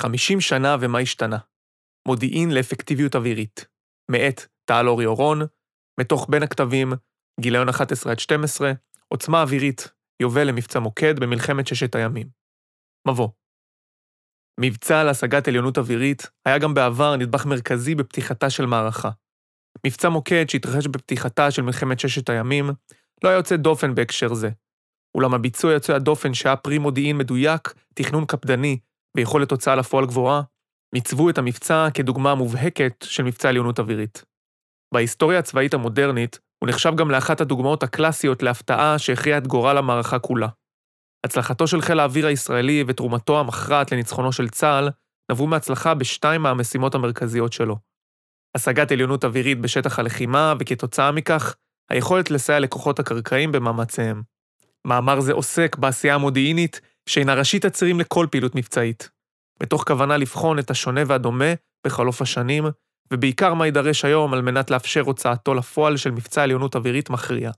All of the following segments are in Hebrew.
50 שנה ומה השתנה. מודיעין לאפקטיביות אווירית. מאת טל אורי אורון, מתוך בין הכתבים, גיליון 11-12, עוצמה אווירית, יובל למבצע מוקד במלחמת ששת הימים. מבוא. מבצע להשגת עליונות אווירית היה גם בעבר נדבך מרכזי בפתיחתה של מערכה. מבצע מוקד שהתרחש בפתיחתה של מלחמת ששת הימים לא היה יוצא דופן בהקשר זה. אולם הביצוע יוצא הדופן שהיה פרי מודיעין מדויק, תכנון קפדני ויכולת הוצאה לפועל גבוהה, מצבו את המבצע כדוגמה מובהקת של מבצע עליונות אווירית. בהיסטוריה הצבאית המודרנית הוא נחשב גם לאחת הדוגמאות הקלאסיות להפתעה שהכריעה את גורל המערכה כולה. הצלחתו של חיל האוויר הישראלי ותרומתו המכרעת לניצחונו של צה"ל נבעו מהצלחה בשתיים מהמשימות המרכזיות שלו. השגת עליונות אווירית בשטח הלחימה וכתוצאה מכך, היכולת לסייע לכוחות הקרקעיים במאמציהם. מאמר זה עוסק בעשייה המודיעינית שאינה ראשית הצירים לכל פעילות מבצעית, בתוך כוונה לבחון את השונה והדומה בחלוף השנים, ובעיקר מה יידרש היום על מנת לאפשר הוצאתו לפועל של מבצע עליונות אווירית מכריע.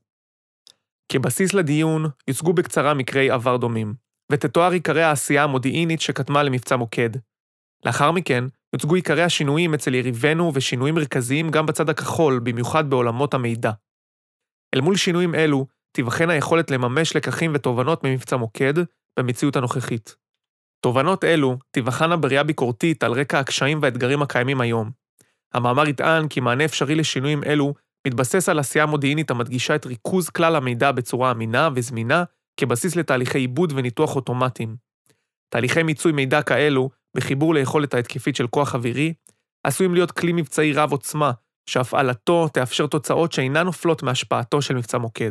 כבסיס לדיון יוצגו בקצרה מקרי עבר דומים, ותתואר עיקרי העשייה המודיעינית שקדמה למבצע מוקד. לאחר מכן יוצגו עיקרי השינויים אצל יריבינו ושינויים מרכזיים גם בצד הכחול, במיוחד בעולמות המידע. אל מול שינויים אלו תיבחן היכולת לממש לקחים ותובנות ממבצע מוקד במציאות הנוכחית. תובנות אלו תיבחנה בראייה ביקורתית על רקע הקשיים והאתגרים הקיימים היום. המאמר יטען כי מענה אפשרי לשינויים אלו מתבסס על עשייה מודיעינית המדגישה את ריכוז כלל המידע בצורה אמינה וזמינה כבסיס לתהליכי עיבוד וניתוח אוטומטיים. תהליכי מיצוי מידע כאלו, בחיבור ליכולת ההתקפית של כוח אווירי, עשויים להיות כלי מבצעי רב עוצמה, שהפעלתו תאפשר תוצאות שאינן נופלות מהשפעתו של מבצע מוקד.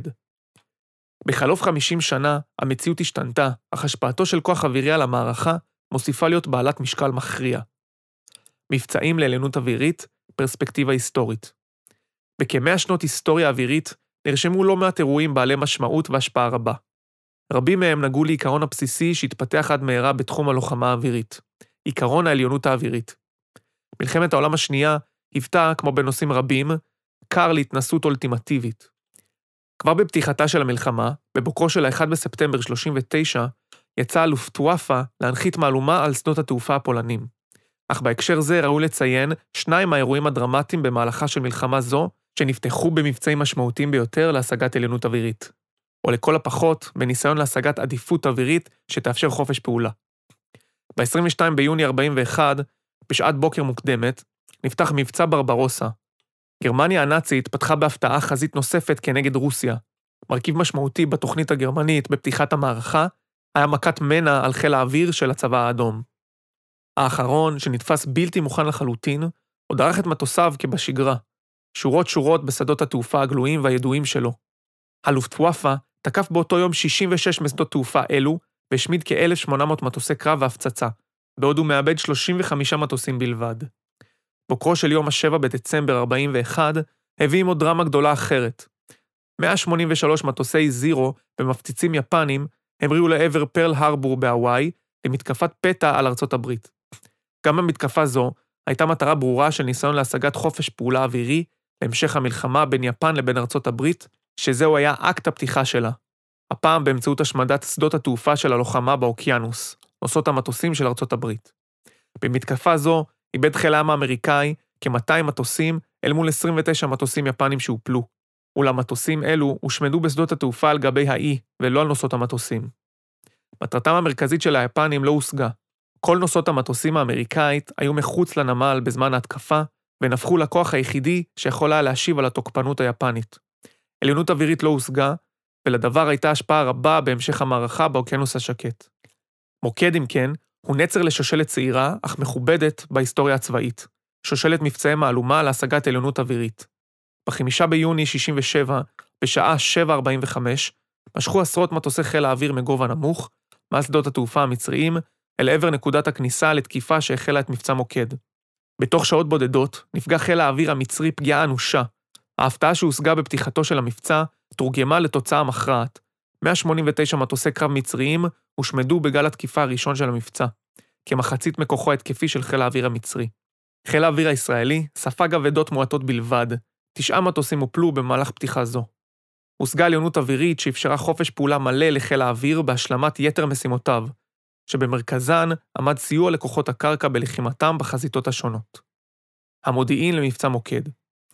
בחלוף 50 שנה, המציאות השתנתה, אך השפעתו של כוח אווירי על המערכה מוסיפה להיות בעלת משקל מכריע. מבצעים לעליונות אווירית, פרספקטיבה היסטורית. בכ100 שנות היסטוריה אווירית נרשמו לא מעט אירועים בעלי משמעות והשפעה רבה. רבים מהם נגעו לעיקרון הבסיסי שהתפתח עד מהרה בתחום הלוחמה האווירית, עיקרון העליונות האווירית. מלחמת העולם השנייה היוותה, כמו בנושאים רבים, כר להתנסות אולטימטיבית. כבר בפתיחתה של המלחמה, בבוקרו של 1 בספטמבר 39, יצאה הלופטוואפה להנחית מהלומה על שדות התעופה הפולנים. אך בהקשר זה ראוי לציין שניים האירועים הדרמטיים במהלכה של מלחמה זו, שנפתחו במבצעים משמעותיים ביותר להשגת עליונות אווירית, או לכל הפחות בניסיון להשגת עדיפות אווירית שתאפשר חופש פעולה. ב-22 ביוני 41, בשעת בוקר מוקדמת, נפתח מבצע ברברוסה. גרמניה הנאצית פתחה בהפתעה חזית נוספת כנגד רוסיה. מרכיב משמעותי בתוכנית הגרמנית בפתיחת המערכה היה מכת מנע על חיל האוויר של הצבא האדום. האחרון, שנתפס בלתי מוכן לחלוטין, עוד ערך את מטוסיו כבשגרה, שורות בשדות התעופה הגלויים והידועים שלו. הלופטוואפה תקף באותו יום 66 משדות תעופה אלו, והשמיד כ-1,800 מטוסי קרב והפצצה, בעוד הוא מאבד 35 מטוסים בלבד. בוקרו של יום ה-7 בדצמבר 41, הביא עמו דרמה גדולה אחרת. 183 מטוסי זירו במפציצים יפנים המריאו לעבר פרל הרבור בהוואי, למתקפת פתע על ארצות הברית. גם במתקפה זו הייתה מטרה ברורה של ניסיון להשגת חופש פעולה אווירי להמשך המלחמה בין יפן לבין ארצות הברית, שזהו היה אקט הפתיחה שלה. הפעם באמצעות השמדת שדות התעופה של הלוחמה באוקיינוס, נושאות המטוסים של ארצות הברית. במתקפה זו איבד חיל העם האמריקאי כ-200 מטוסים אל מול 29 מטוסים יפנים שהופלו. אולם מטוסים אלו הושמדו בשדות התעופה על גבי האי ולא על נושאות המטוסים. מטרתם המרכזית של היפנים לא הושגה. כל נושאות המטוסים האמריקאית היו מחוץ לנמל בזמן ההתקפה, ונפחו לכוח היחידי שיכול היה להשיב על התוקפנות היפנית. עליונות אווירית לא הושגה, ולדבר הייתה השפעה רבה בהמשך המערכה באוקיינוס השקט. מוקד, אם כן, הוא נצר לשושלת צעירה, אך מכובדת בהיסטוריה הצבאית, שושלת מבצעי מהלומה להשגת עליונות אווירית. ב-5 ביוני 67, בשעה 7:45, משכו עשרות מטוסי חיל האוויר מגובה נמוך, מעל שדות התעופה המצריים, אל עבר נקודת הכניסה לתקיפה שהחלה את מבצע מוקד. בתוך שעות בודדות נפגע חיל האוויר המצרי פגיעה אנושה. ההפתעה שהושגה בפתיחתו של המבצע תורגמה לתוצאה מכרעת. 189 מטוסי קרב מצריים הושמדו בגל התקיפה הראשון של המבצע, כמחצית מכוחו ההתקפי של חיל האוויר המצרי. חיל האוויר הישראלי ספג אבדות מועטות בלבד, 9 מטוסים הופלו במהלך פתיחה זו. הושגה עליונות אווירית שאפשרה חופש פעולה מלא לחיל האוויר בהשלמת יתר משימותיו, שבמרכזן עמד סיוע לכוחות הקרקע בלחימתם בחזיתות השונות. המודיעין למבצע מוקד.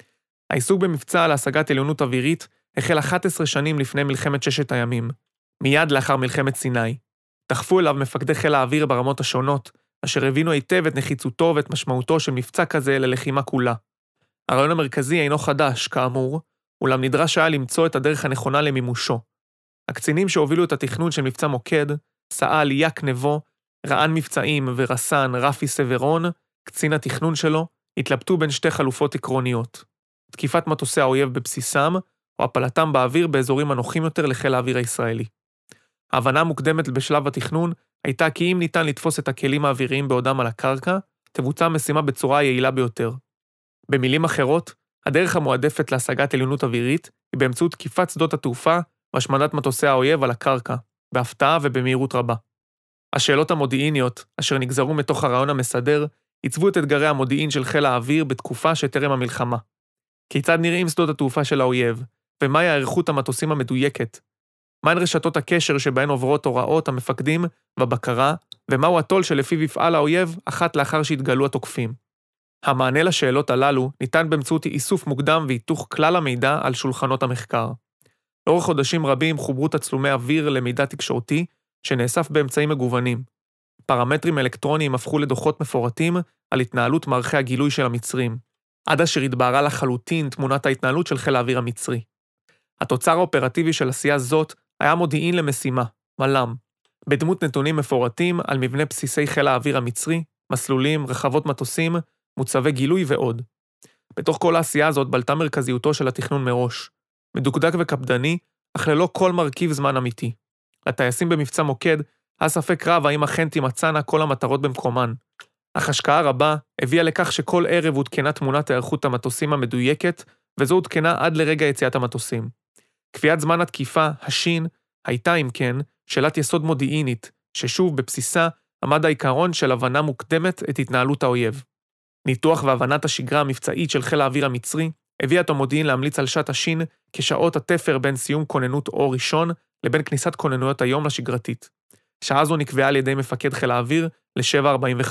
העיסוק במבצע להשגת עליונות אווירית החל 11 שנים לפני מלחמת ששת הימים, מיד לאחר מלחמת סיני. דחפו אליו מפקדי חיל האוויר ברמות השונות, אשר הבינו היטב את נחיצותו ואת משמעותו של מבצע כזה ללחימה כולה. הרעיון המרכזי אינו חדש, כאמור, אולם נדרש היה למצוא את הדרך הנכונה למימושו. הקצינים שהובילו את התכנון של מבצע מוקד, סא"ל יאק נבו, רע"ן מבצעים ורס"ן רפי סברון, קצין התכנון שלו, התלבטו בין שתי חלופות עקרוניות. תקיפת מטוסי האויב בבסיסם, או הפלתם באוויר באזורים הנוחים יותר לחיל האוויר הישראלי. ההבנה המוקדמת בשלב התכנון הייתה כי אם ניתן לתפוס את הכלים האוויריים בעודם על הקרקע, תבוצע המשימה בצורה היעילה ביותר. במילים אחרות, הדרך המועדפת להשגת עליונות אווירית היא באמצעות תקיפת שדות התעופה והשמדת מטוסי האויב על הקרקע, בהפתעה ובמהירות רבה. השאלות המודיעיניות, אשר נגזרו מתוך הרעיון המסדר, עיצבו את אתגרי המודיעין של חיל האוויר בתקופה שטרם המלחמה. כיצד נראים שדות התעופה של האויב, ומהי הערכות המטוסים המדויקת? מהן רשתות הקשר שבהן עוברות הוראות המפקדים והבקרה, ומהו התול שלפיו יפעל האויב אחת לאחר שהתגלו התוקפים? המענה לשאלות הללו ניתן באמצעות איסוף מוקדם והיתוך כלל המידע על שולחנות המחקר. לאורך חודשים רבים חוברו תצלומי אוויר למידע תקשורתי שנאסף באמצעים מגוונים. פרמטרים אלקטרוניים הפכו לדוחות מפורטים על התנהלות מערכי הגילוי של המצרים, עד אשר התבהרה לחלוטין תמונת ההתנהלות של חיל האוויר המצרי. התוצר האופרטיבי של עשייה זאת היה מודיעין למשימה, מל"מ, בדמות נתונים מפורטים על מבנה בסיסי חיל האוויר המצרי, מסלולים, רחבות מטוסים, מוצבי גילוי ועוד. בתוך כל העשייה הזאת בלטה מרכזיותו של התכנון מראש, מדוקדק וקפדני, אך ללא כל מרכיב זמן אמיתי. לטייסים במבצע מוקד היה ספק רב האם אכן תימצאנה כל המטרות במקומן, אך השקעה רבה הביאה לכך שכל ערב הותקנה תמונת היערכות המטוסים המדויקת, וזו הותקנה עד לרגע יציאת המטוסים. קביעת זמן התקיפה, השין, הייתה אם כן שאלת יסוד מודיעינית, ששוב בבסיסה עמד העיקרון של הבנה מוקדמת את התנהלות האויב. ניתוח והבנת השגרה המבצעית של חיל האוויר המצרי הביאה את המודיעין להמליץ על שעת השין כשעות התפר בין סיום כוננות אור ראשון לבין כניסת כוננויות היום לשגרתית. שעה זו נקבעה על ידי מפקד חיל האוויר ל-7:45.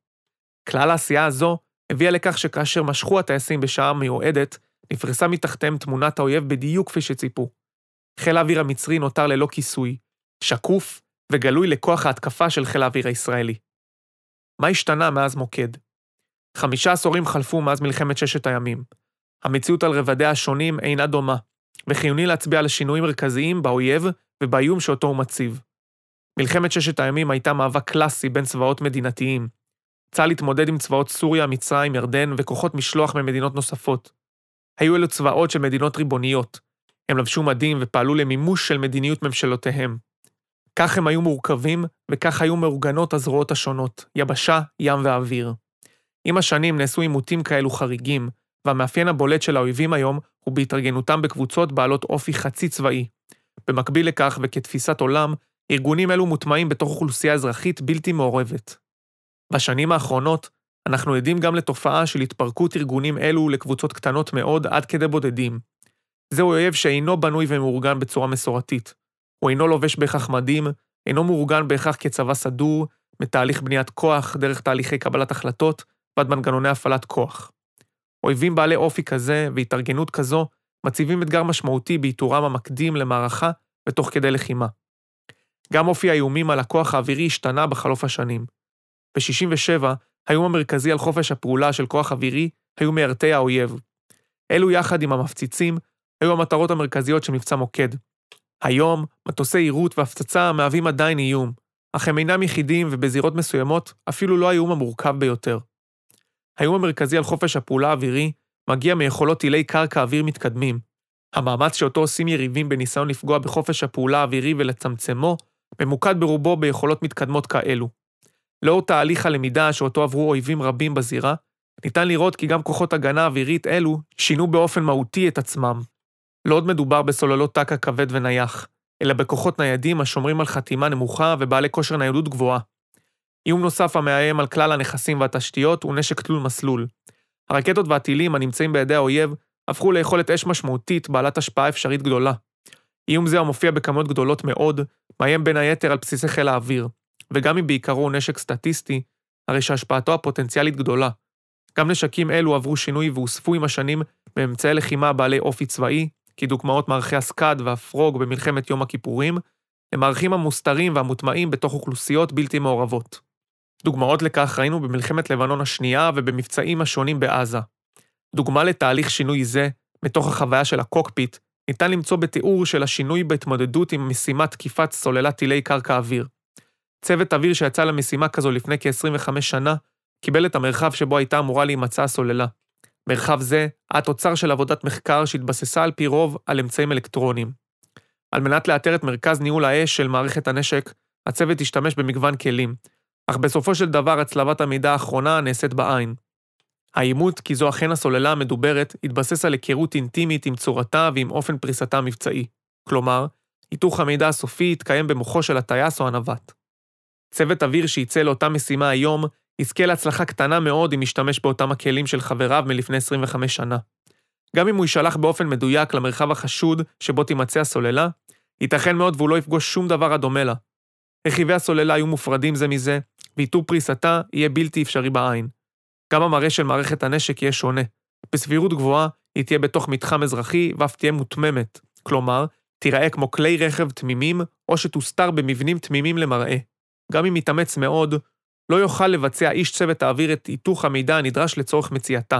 כלל העשייה הזו הביאה לכך שכאשר משכו הטייסים בשעה מיועדת, נפרסה מתחתיהם תמונת האויב בדיוק כפי שציפו. חיל האוויר המצרי נותר ללא כיסוי, שקוף וגלוי לכוח ההתקפה של חיל האוויר הישראלי. מה השתנה מאז מוקד? 5 עשורים חלפו מאז מלחמת ששת הימים. המציאות על רבדיה השונים אינה דומה, וחיוני להצביע על שינויים מרכזיים באויב ובאיום שאותו הוא מציב. מלחמת ששת הימים הייתה מאבק קלאסי בין צבאות מדינתיים. צה"ל התמודד עם צבאות סוריה, מצרים, ירדן וכוחות משלוח ממדינות נוספות. היו אלו צבאות של מדינות ריבוניות. הם לבשו מדים ופעלו למימוש של מדיניות ממשלותיהם. כך הם היו מורכבים וכך היו מאורגנות הזרועות השונות, יבשה, ים ואוויר. עם השנים נעשו עימותים כאלו חריגים, והמאפיין הבולט של האויבים היום הוא בהתארגנותם בקבוצות בעלות אופי חצי צבאי. במקביל לכך וכתפיסת עולם, ארגונים אלו מוטמעים בתוך אוכלוסייה אזרחית בלתי מעורבת. בשנים האחרונות, אנחנו עדים גם לתופעה של התפרקות ארגונים אלו לקבוצות קטנות מאוד עד כדי בודדים. זהו אויב שאינו בנוי ומאורגן בצורה מסורתית. הוא אינו לובש בהכרח מדים, אינו מאורגן בהכרח כצבא סדור, מתהליך בניית כוח דרך תהליכי קבלת החלטות ועד מנגנוני הפעלת כוח. אויבים בעלי אופי כזה והתארגנות כזו מציבים אתגר משמעותי באיתורם המקדים למערכה ותוך כדי לחימה. גם אופי האיומים על הכוח האווירי השתנה בחלוף השנים. ב-67, האיום המרכזי על חופש הפעולה של כוח אווירי היו מיירטי האויב. אלו יחד עם המפציצים היו המטרות המרכזיות של מבצע מוקד. היום, מטוסי יירוט והפצצה מהווים עדיין איום, אך הם אינם יחידים ובזירות מסוימות אפילו לא האיום המורכב ביותר. האיום המרכזי על חופש הפעולה האווירי מגיע מיכולות טילי קרקע אוויר מתקדמים. המאמץ שאותו עושים יריבים בניסיון לפגוע בחופש הפעולה האווירי ולצמצמו, ממוקד ברובו ביכולות מתקדמות כאלו. לאור תהליך הלמידה שאותו עברו אויבים רבים בזירה, ניתן לראות כי גם כוחות הגנה אווירית אלו שינו באופן מהותי את עצמם. לא עוד מדובר בסוללות טקה כבד ונייח, אלא בכוחות ניידים השומרים על חתימה נמוכה ובעלי כושר ניידות גבוהה. איום נוסף המאיים על כלל הנכסים והתשתיות הוא נשק תלול מסלול. הרקטות והטילים הנמצאים בידי האויב הפכו ליכולת אש משמעותית בעלת השפעה אפשרית גדולה. איום זה המופיע בכמויות גדולות מאוד, מאיים בין היתר על בסיסי חיל האוויר, וגם אם בעיקרו נשק סטטיסטי, הרי שהשפעתו הפוטנציאלית גדולה. גם נשקים אלו עברו שינוי והוספו עם השנים באמצעי לחימה בעלי אופי צבאי, כדוגמאות מערכי הסקאד והפרוג במלחמת יום הכיפורים, למערכים המוסתרים והמוטמעים בתוך אוכלוסיות בלתי מעורבות. דוגמאות לכך ראינו במלחמת לבנון השנייה ובמבצעים השונים בעזה. דוגמה לתהליך שינוי זה, מתוך החוויה של הקוקפיט, ניתן למצוא בתיאור של השינוי בהתמודדות עם משימת תקיפת סוללת טילי קרקע אוויר. צוות אוויר שיצא למשימה כזו לפני כ-25 שנה, קיבל את המרחב שבו הייתה אמורה להימצא הסוללה. מרחב זה, התוצר של עבודת מחקר שהתבססה על פי רוב על אמצעים אלקטרוניים. על מנת לאתר את מרכז ניהול האש של מערכת הנשק, הצוות השתמש במגוון כלים, אך בסופו של דבר הצלבת המידע האחרונה נעשית בעין. האימות, כי זו אכן הסוללה המדוברת, התבסס על היכרות אינטימית עם צורתה ועם אופן פריסתה המבצעי. כלומר, היתוך המידע הסופי התקיים במוחו של הטייס או הנווט. צוות אוויר שייצא לאותה משימה היום, יזכה להצלחה קטנה מאוד אם ישתמש באותם הכלים של חבריו מלפני 25 שנה. גם אם הוא יישלח באופן מדויק למרחב החשוד שבו תימצא הסוללה, ייתכן מאוד והוא לא יפגוש שום דבר הדומה לה. רכיבי הסוללה יהיו מופרדים זה מזה, ואיתור פריסתה יהיה בלתי אפשרי בעין. גם המראה של מערכת הנשק יהיה שונה. בסבירות גבוהה, היא תהיה בתוך מתחם אזרחי ואף תהיה מותממת, כלומר, תיראה כמו כלי רכב תמימים או שתוסתר במבנים תמימים למראה. גם אם יתאמץ מאוד, לא יוכל לבצע איש צוות האוויר את היתוך המידע הנדרש לצורך מציאתה.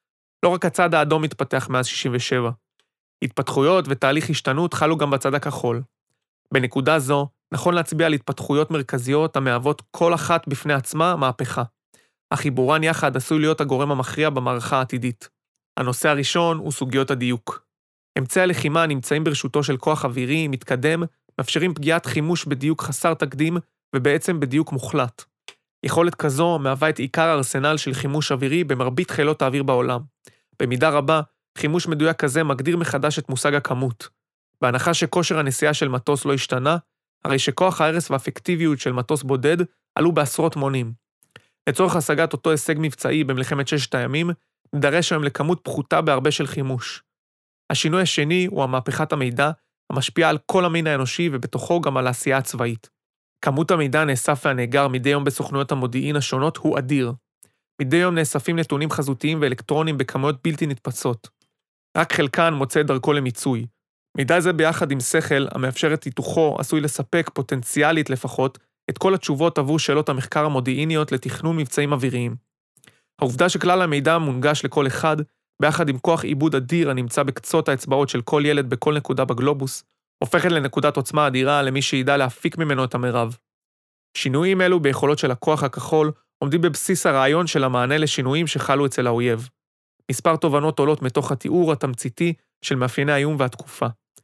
לא רק הצד האדום התפתח מאז 67. התפתחויות ותהליך השתנות חלו גם בצד הכחול. בנקודה זו, נכון להצביע על התפתחויות מרכזיות המהוות כל אחת בפני עצמה מהפכה. החיבורן יחד עשוי להיות הגורם המכריע במערכה העתידית. הנושא הראשון הוא סוגיות הדיוק. אמצעי הלחימה נמצאים ברשותו של כוח אווירי מתקדם, מאפשרים פגיעת חימוש בדיוק חסר תקדים ובעצם בדיוק מוחלט. יכולת כזו מהווה את עיקר הארסנל של חימוש אווירי במרבית חילות האוויר בעולם. במידה רבה, חימוש מדויק כזה מגדיר מחדש את מושג הכמות. בהנחה שכושר הנסיעה של מטוס לא השתנה, הרי שכוח ההרס והאפקטיביות של מטוס בודד עלו בעשרות מונים. לצורך השגת אותו הישג מבצעי במלחמת ששת הימים, נדרש היום לכמות פחותה בהרבה של חימוש. השינוי השני הוא המהפכת המידע, המשפיע על כל המין האנושי ובתוכו גם על העשייה הצבאית. כמות המידע נאסף והנאגר מדי יום בסוכנויות המודיעין השונות הוא אדיר. מדי יום נאספים נתונים חזותיים ואלקטרוניים בכמויות בלתי נתפסות. רק חלקן מוצא את דרכו למיצוי. מידע זה ביחד עם שכל המאפשר את היתוכו עשוי לספק פוטנציאלית לפחות את כל התשובות עבור שאלות המחקר המודיעיניות לתכנון מבצעים אוויריים. העובדה שכלל המידע מונגש לכל אחד, ביחד עם כוח עיבוד אדיר הנמצא בקצות האצבעות של כל ילד בכל נקודה בגלובוס, הופכת לנקודת עוצמה אדירה למי שידע להפיק ממנו את המרב. שינויים אלו ביכולות של הכוח הכחול עומדים בבסיס הרעיון של המענה לשינויים שחלו אצל האויב. מספר תובנות עולות מתוך התיאור התמציתי של מאפייני האיום והתקופה.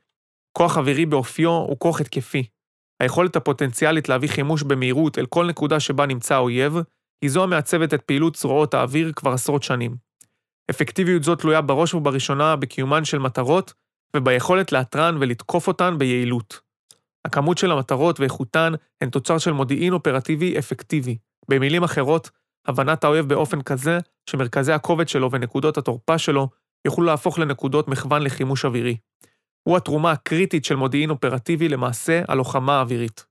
כוח אווירי באופיו הוא כוח התקפי. היכולת הפוטנציאלית להביא חימוש במהירות אל כל נקודה שבה נמצא האויב, היא זו המעצבת את פעילות זרועות האוויר כבר עשרות שנים. אפקטיביות זאת תלויה בראש ובראשונה בקיומן של מטרות, וביכולת לאתרן ולתקוף אותן ביעילות. הכמות של המטרות ואיכותן הן תוצר של מודיעין אופרטיבי אפקטיבי. במילים אחרות, הבנת האויב באופן כזה שמרכזי הכובד שלו ונקודות התורפה שלו יוכלו להפוך לנקודות מכוון לחימוש אווירי. הוא התרומה הקריטית של מודיעין אופרטיבי למעשה הלוחמה האווירית.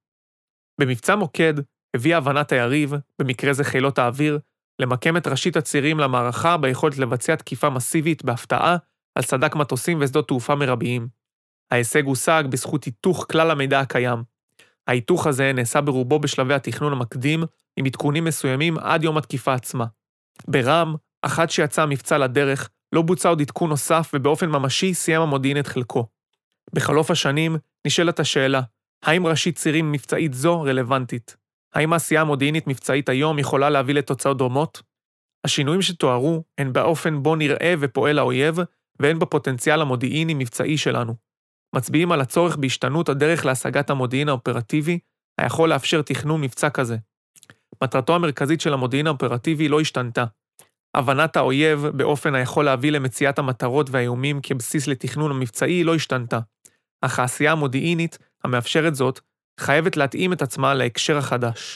במבצע מוקד הביאה הבנת היריב, במקרה זה חילות האוויר, למקם את ראשית הצירים למערכה ביכולת לבצע תקיפה מסיבית בהפתעה על סדק מטוסים ושדות תעופה מרביים. ההישג הושג בזכות היתוך כלל המידע הקיים. ההיתוך הזה נעשה ברובו בשלבי התכנון המקדים, עם עדכונים מסוימים עד יום התקיפה עצמה. ברם, אחת שיצא המבצע לדרך, לא בוצע עוד עדכון נוסף ובאופן ממשי סיים המודיעין את חלקו. בחלוף השנים נשאלת השאלה, האם ראשית צירים מבצעית זו רלוונטית? האם העשייה המודיעינית מבצעית היום יכולה להביא לתוצאות דומות? השינויים שתוארו הן באופן בו נראה ופועל האויב, והן בפוטנציאל המודיעיני מבצעי שלנו. מצביעים על הצורך בהשתנות הדרך להשגת המודיעין האופרטיבי, היכול לאפשר תכנון מבצע כזה. מטרתו המרכזית של המודיעין האופרטיבי לא השתנתה. הבנת האויב באופן היכול להביא למציאת המטרות והאיומים כבסיס לתכנון המבצעי לא השתנתה. אך העשייה המודיעינית, המאפשרת זאת, חייבת להתאים את עצמה להקשר החדש.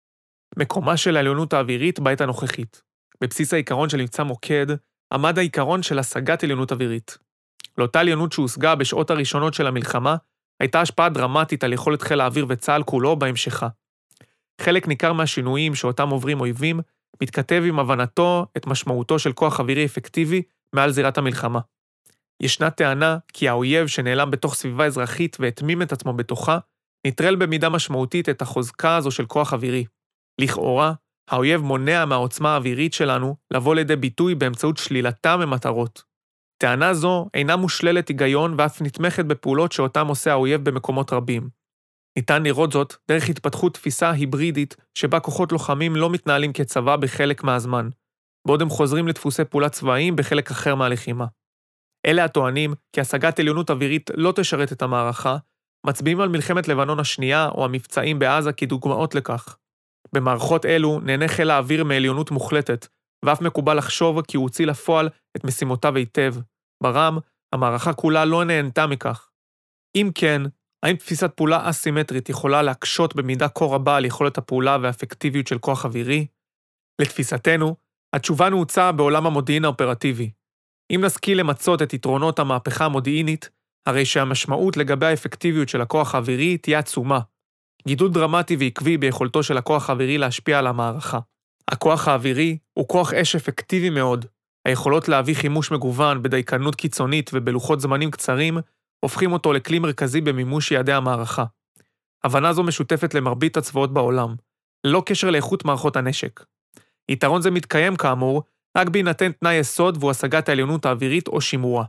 מקומה של העליונות האווירית בעת הנוכחית. בבסיס העיקרון של מבצע מוקד, עמד העיקרון של השגת עליונות אווירית. לאותה עליונות שהושגה בשעות הראשונות של המלחמה, הייתה השפעה דרמטית על יכולת חיל האוויר וצה"ל כולו בהמשכה. חלק ניכר מהשינויים שאותם עוברים אויבים, מתכתב עם הבנתו את משמעותו של כוח אווירי אפקטיבי מעל זירת המלחמה. ישנה טענה כי האויב שנעלם בתוך סביבה אזרחית והתמים את עצמו בתוכה, נטרל במידה משמעותית את החוזקה הזו של כוח אווירי. לכאורה, האויב מונע מהעוצמה האווירית שלנו לבוא לידי ביטוי באמצעות שלילתה ממטרות. טענה זו אינה מושללת היגיון ואף נתמכת בפעולות שאותם עושה האויב במקומות רבים. ניתן לראות זאת דרך התפתחות תפיסה היברידית שבה כוחות לוחמים לא מתנהלים כצבא בחלק מהזמן, בעוד הם חוזרים לדפוסי פעולה צבאיים בחלק אחר מהלחימה. אלה הטוענים כי השגת עליונות אווירית לא תשרת את המערכה, מצביעים על מלחמת לבנון השנייה או המבצעים בעזה כדוגמאות לכך. במערכות אלו נהנה חיל האוויר מעליונות מוחלטת, ואף מקובל לחשוב כי הוא הוציא לפועל את משימותיו היטב. ברם, המערכה כולה לא נהנתה מכך. אם כן, האם תפיסת פעולה אסימטרית יכולה להקשות במידה כה רבה על יכולת הפעולה והאפקטיביות של כוח אווירי? לתפיסתנו, התשובה נעוצה בעולם המודיעין האופרטיבי. אם נשכיל למצות את יתרונות המהפכה המודיעינית, הרי שהמשמעות לגבי האפקטיביות של הכוח האווירי תהיה עצומה. גידול דרמטי ועקבי ביכולתו של הכוח האווירי להשפיע על המערכה. הכוח האווירי הוא כוח אש אפקטיבי מאוד. היכולות להביא חימוש מגוון בדייקנות קיצונית ובלוחות זמנים קצרים, הופכים אותו לכלי מרכזי במימוש יעדי המערכה. הבנה זו משותפת למרבית הצבאות בעולם, ללא קשר לאיכות מערכות הנשק. יתרון זה מתקיים כאמור, רק בהינתן תנאי יסוד והוא השגת העליונות האווירית או שימורה.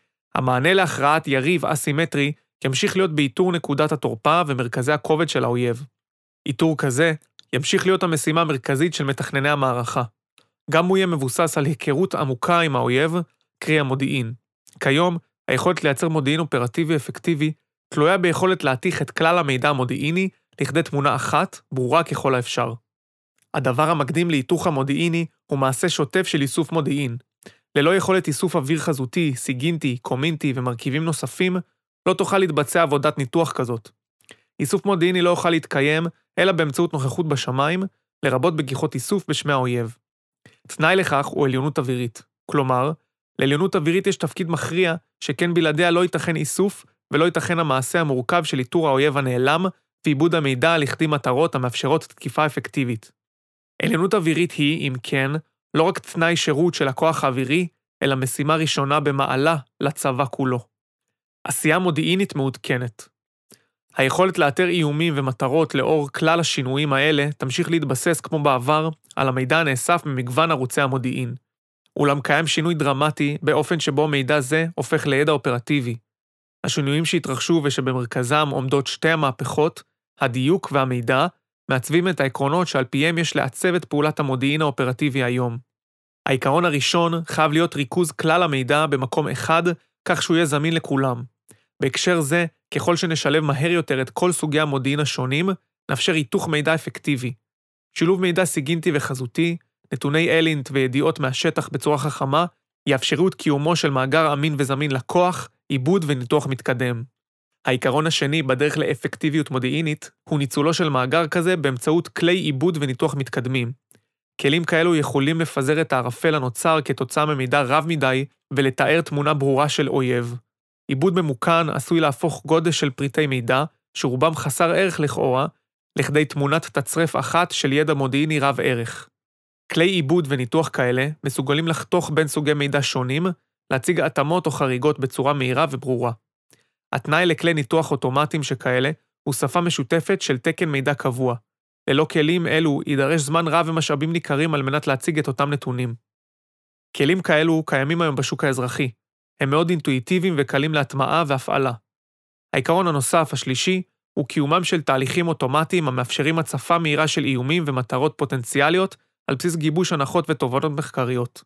המענה להכרעת יריב אסימטרי ימשיך להיות באיתור נקודת התורפה ומרכזי הכובד של האויב. איתור כזה ימשיך להיות המשימה המרכזית של מתכנני המערכה. גם הוא יהיה מבוסס על היכרות עמוקה עם האויב, קרי המודיעין. כיום, היכולת לייצר מודיעין אופרטיבי אפקטיבי תלויה ביכולת להתיך את כלל המידע המודיעיני לכדי תמונה אחת, ברורה ככל האפשר. הדבר המקדים להיתוך המודיעיני הוא מעשה שוטף של איסוף מודיעין. ללא יכולת איסוף אוויר חזותי, סיגינטי, קומינטי ומרכיבים נוספים, לא תוכל להתבצע עבודת ניתוח כזאת. איסוף מודיעיני לא יוכל להתקיים, אלא באמצעות נוכחות בשמיים, לרבות בגיחות איסוף בשמי האויב. תנאי לכך הוא עליונות אווירית. כלומר, לעליונות אווירית יש תפקיד מכריע, שכן בלעדיה לא ייתכן איסוף, ולא ייתכן המעשה המורכב של איתור האויב הנעלם, ועיבוד המידע לכדי מטרות המאפשרות תקיפה אפקטיבית. עליונות אווירית היא, אם כן, לא רק תנאי שירות של הכוח האווירי, אלא משימה ראשונה במעלה לצבא כולו. עשייה מודיעינית מעודכנת. היכולת לאתר איומים ומטרות לאור כלל השינויים האלה תמשיך להתבסס כמו בעבר על המידע הנאסף ממגוון ערוצי המודיעין. אולם קיים שינוי דרמטי באופן שבו מידע זה הופך לידע אופרטיבי. השינויים שהתרחשו ושבמרכזם עומדות שתי המהפכות, הדיוק והמידע, מעצבים את העקרונות שעל פיהם יש לעצב את פעולת המודיעין האופרטיבי היום. העיקרון הראשון חייב להיות ריכוז כלל המידע במקום אחד, כך שהוא יהיה זמין לכולם. בהקשר זה, ככל שנשלב מהר יותר את כל סוגי המודיעין השונים, נאפשר היתוך מידע אפקטיבי. שילוב מידע סיגינטי וחזותי, נתוני אלינט וידיעות מהשטח בצורה חכמה, יאפשרו את קיומו של מאגר אמין וזמין לכוח, עיבוד וניתוח מתקדם. העיקרון השני בדרך לאפקטיביות מודיעינית הוא ניצולו של מאגר כזה באמצעות כלי עיבוד וניתוח מתקדמים. כלים כאלו יכולים לפזר את הערפל הנוצר כתוצאה ממידע רב מדי ולתאר תמונה ברורה של אויב. עיבוד ממוכן עשוי להפוך גודש של פריטי מידע, שרובם חסר ערך לכאורה, לכדי תמונת תצרף אחת של ידע מודיעיני רב ערך. כלי עיבוד וניתוח כאלה מסוגלים לחתוך בין סוגי מידע שונים, להציג התאמות או חריגות בצורה מהירה וברורה. התנאי לכלי ניתוח אוטומטיים שכאלה הוא שפה משותפת של תקן מידע קבוע. ללא כלים אלו יידרש זמן רב ומשאבים ניכרים על מנת להציג את אותם נתונים. כלים כאלו קיימים היום בשוק האזרחי. הם מאוד אינטואיטיביים וקלים להטמעה והפעלה. העיקרון הנוסף, השלישי, הוא קיומם של תהליכים אוטומטיים המאפשרים הצפה מהירה של איומים ומטרות פוטנציאליות על בסיס גיבוש הנחות ותובנות מחקריות.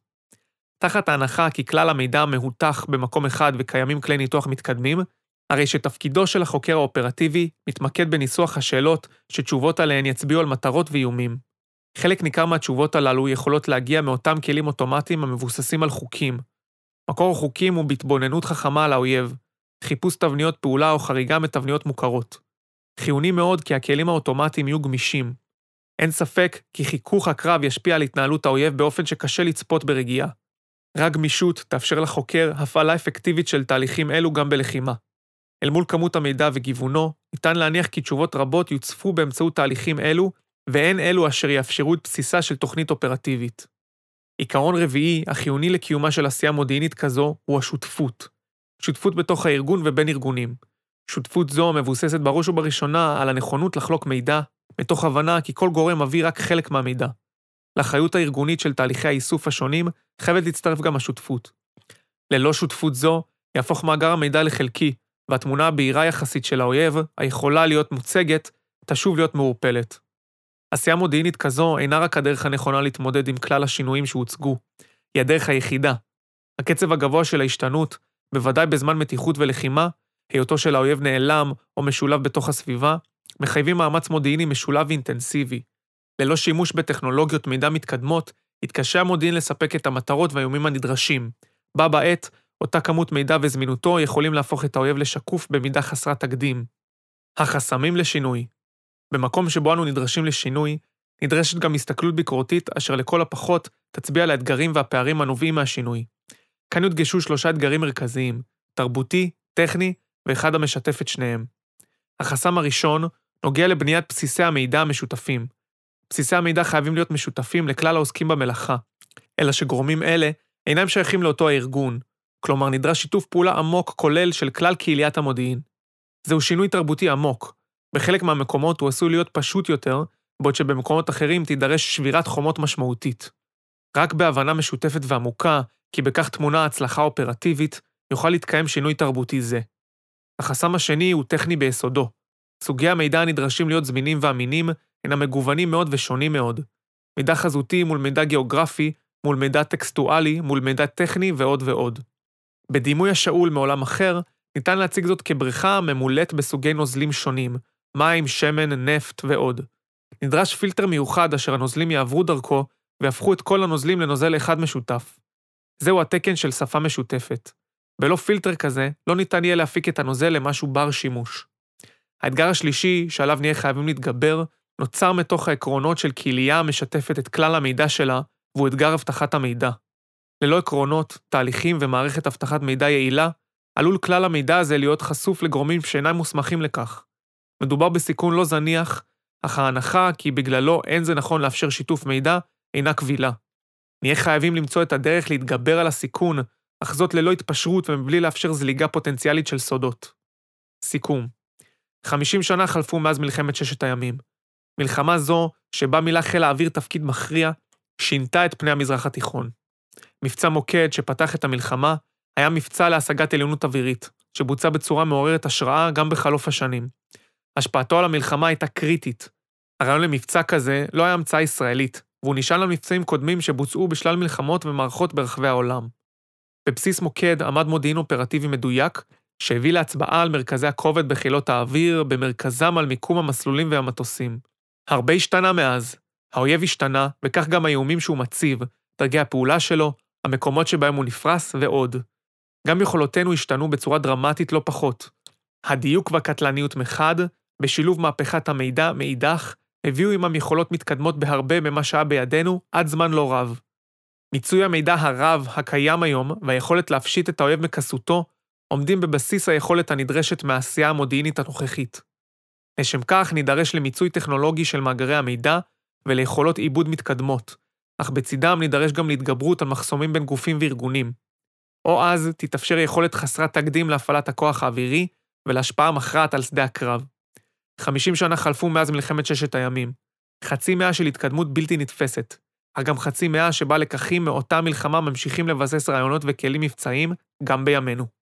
תחת ההנחה כי כלל המידע מהותח במקום אחד וקיימים כלי ניתוח מתקדמים, הרי שתפקידו של החוקר האופרטיבי מתמקד בניסוח השאלות שתשובות עליהן יצביעו על מטרות ואיומים. חלק ניכר מהתשובות הללו יכולות להגיע מאותם כלים אוטומטיים המבוססים על חוקים. מקור החוקים הוא בהתבוננות חכמה על האויב, חיפוש תבניות פעולה או חריגה מתבניות מוכרות. חיוני מאוד כי הכלים האוטומטיים יהיו גמישים. אין ספק כי חיכוך הקרב ישפיע על התנהלות האויב באופן שקשה לצפות ברגיעה. רק גמישות תאפשר לחוקר הפעלה אפקטיבית של תהליכים אלו גם בלחימה. אל מול כמות המידע וגיוונו, ניתן להניח כי תשובות רבות יוצפו באמצעות תהליכים אלו, והן אלו אשר יאפשרו את בסיסה של תוכנית אופרטיבית. עיקרון רביעי, החיוני לקיומה של עשייה מודיעינית כזו, הוא השותפות. שותפות בתוך הארגון ובין ארגונים. שותפות זו מבוססת בראש ובראשונה על הנכונות לחלוק מידע, מתוך הבנה כי כל גורם מביא רק חלק מהמידע. לאחריות הארגונית של תהליכי האיסוף השונים, חייבת להצטרף גם השותפות. ללא שותפות זו, יהפוך מאגר המידע לחלקי, והתמונה הבהירה יחסית של האויב, היכולה להיות מוצגת, תשוב להיות מעורפלת. עשייה מודיעינית כזו אינה רק הדרך הנכונה להתמודד עם כלל השינויים שהוצגו, היא הדרך היחידה. הקצב הגבוה של ההשתנות, בוודאי בזמן מתיחות ולחימה, היותו של האויב נעלם או משולב בתוך הסביבה, מחייבים מאמץ מודיעיני משולב ואינטנסיבי. ללא שימוש בטכנולוגיות מידע מתקדמות, יתקשה המודיעין לספק את המטרות והאיומים הנדרשים. בה בעת, אותה כמות מידע וזמינותו יכולים להפוך את האויב לשקוף במידה חסרת תקדים. החסמים לשינוי. במקום שבו אנו נדרשים לשינוי, נדרשת גם הסתכלות ביקורתית אשר לכל הפחות תצביע על האתגרים והפערים הנובעים מהשינוי. כאן יודגשו 3 אתגרים מרכזיים, תרבותי, טכני ואחד המשתף את שניהם. החסם הראשון נוגע לבניית בסיסי המידע המשותפים. בסיסי המידע חייבים להיות משותפים לכלל העוסקים במלאכה, אלא שגורמים אלה אינם שייכים לאותו הארגון, כלומר נדרש שיתוף פעולה עמוק כולל של כלל קהיליית המודיעין. זהו שינוי תרבותי עמוק. בחלק מהמקומות הוא עשוי להיות פשוט יותר, בעוד שבמקומות אחרים תידרש שבירת חומות משמעותית. רק בהבנה משותפת ועמוקה, כי בכך תמונה הצלחה אופרטיבית, יוכל להתקיים שינוי תרבותי זה. החסם השני הוא טכני ביסודו. סוגי המידע הנדרשים להיות זמינים ואמינים הינם מגוונים מאוד ושונים מאוד. מידע חזותי מול מידע גיאוגרפי, מול מידע טקסטואלי, מול מידע טכני ועוד ועוד. בדימוי השאול מעולם אחר, ניתן להציג זאת כבריכה ממולאת בסוגי נוזלים שונים, מים, שמן, נפט ועוד. נדרש פילטר מיוחד אשר הנוזלים יעברו דרכו והפכו את כל הנוזלים לנוזל אחד משותף. זהו התקן של שפה משותפת. בלא פילטר כזה, לא ניתן יהיה להפיק את הנוזל למשהו בר שימוש. האתגר השלישי, שעליו נהיה חייבים להתגבר, נוצר מתוך העקרונות של קהילייה המשתפת את כלל המידע שלה, והוא אתגר הבטחת המידע. ללא עקרונות, תהליכים ומערכת הבטחת מידע יעילה, עלול כלל המידע הזה להיות חשוף לגורמים שאינם מוסמכים לכך. מדובר בסיכון לא זניח, אך ההנחה כי בגללו אין זה נכון לאפשר שיתוף מידע, אינה קבילה. נהיה חייבים למצוא את הדרך להתגבר על הסיכון, אך זאת ללא התפשרות ומבלי לאפשר זליגה פוטנציאלית של סודות. סיכום. 50 שנה חלפו מאז מלחמת 6 הימים. מלחמה זו, שבה מילא חיל האוויר תפקיד מכריע, שינתה את פני המזרח התיכון. מבצע מוקד שפתח את המלחמה, היה מבצע להשגת עליונות אווירית, שבוצע בצורה מעוררת השראה גם בחלוף השנים. השפעתו על המלחמה הייתה קריטית. הרעיון למבצע כזה לא היה המצאה ישראלית, והוא נשען על מבצעים קודמים שבוצעו בשלל מלחמות ומערכות ברחבי העולם. בבסיס מוקד עמד מודיעין אופרטיבי מדויק, שהביא להצבעה על מרכזי הכובד בחילות האוויר, במרכזם על מיקום המסלולים והמטוסים. הרבה השתנה מאז. האויב השתנה, וכך גם האיומים שהוא מציב, דרגי הפעולה שלו, המקומות שבהם הוא נפרס ועוד. גם יכולותינו השתנו בצורה דרמטית לא פחות. הדיוק והקטלניות מחד, בשילוב מהפכת המידע מאידך, הביאו עמם יכולות מתקדמות בהרבה ממה שהיה בידינו עד זמן לא רב. מיצוי המידע הרב הקיים היום והיכולת להפשיט את האויב מכסותו, עומדים בבסיס היכולת הנדרשת מהעשייה המודיעינית הנוכחית. לשם כך נידרש למיצוי טכנולוגי של מאגרי המידע וליכולות עיבוד מתקדמות, אך בצדם נידרש גם להתגברות על מחסומים בין גופים וארגונים. או אז תתאפשר יכולת חסרת תקדים להפעלת הכוח האווירי ולהשפעה מכרעת על שדה הקרב. 50 שנה חלפו מאז מלחמת 6 הימים. חצי מאה של התקדמות בלתי נתפסת, אך גם חצי מאה שבה לקחים מאותה מלחמה ממשיכים לבסס רעיונות וכלים מבצעיים גם בימינו.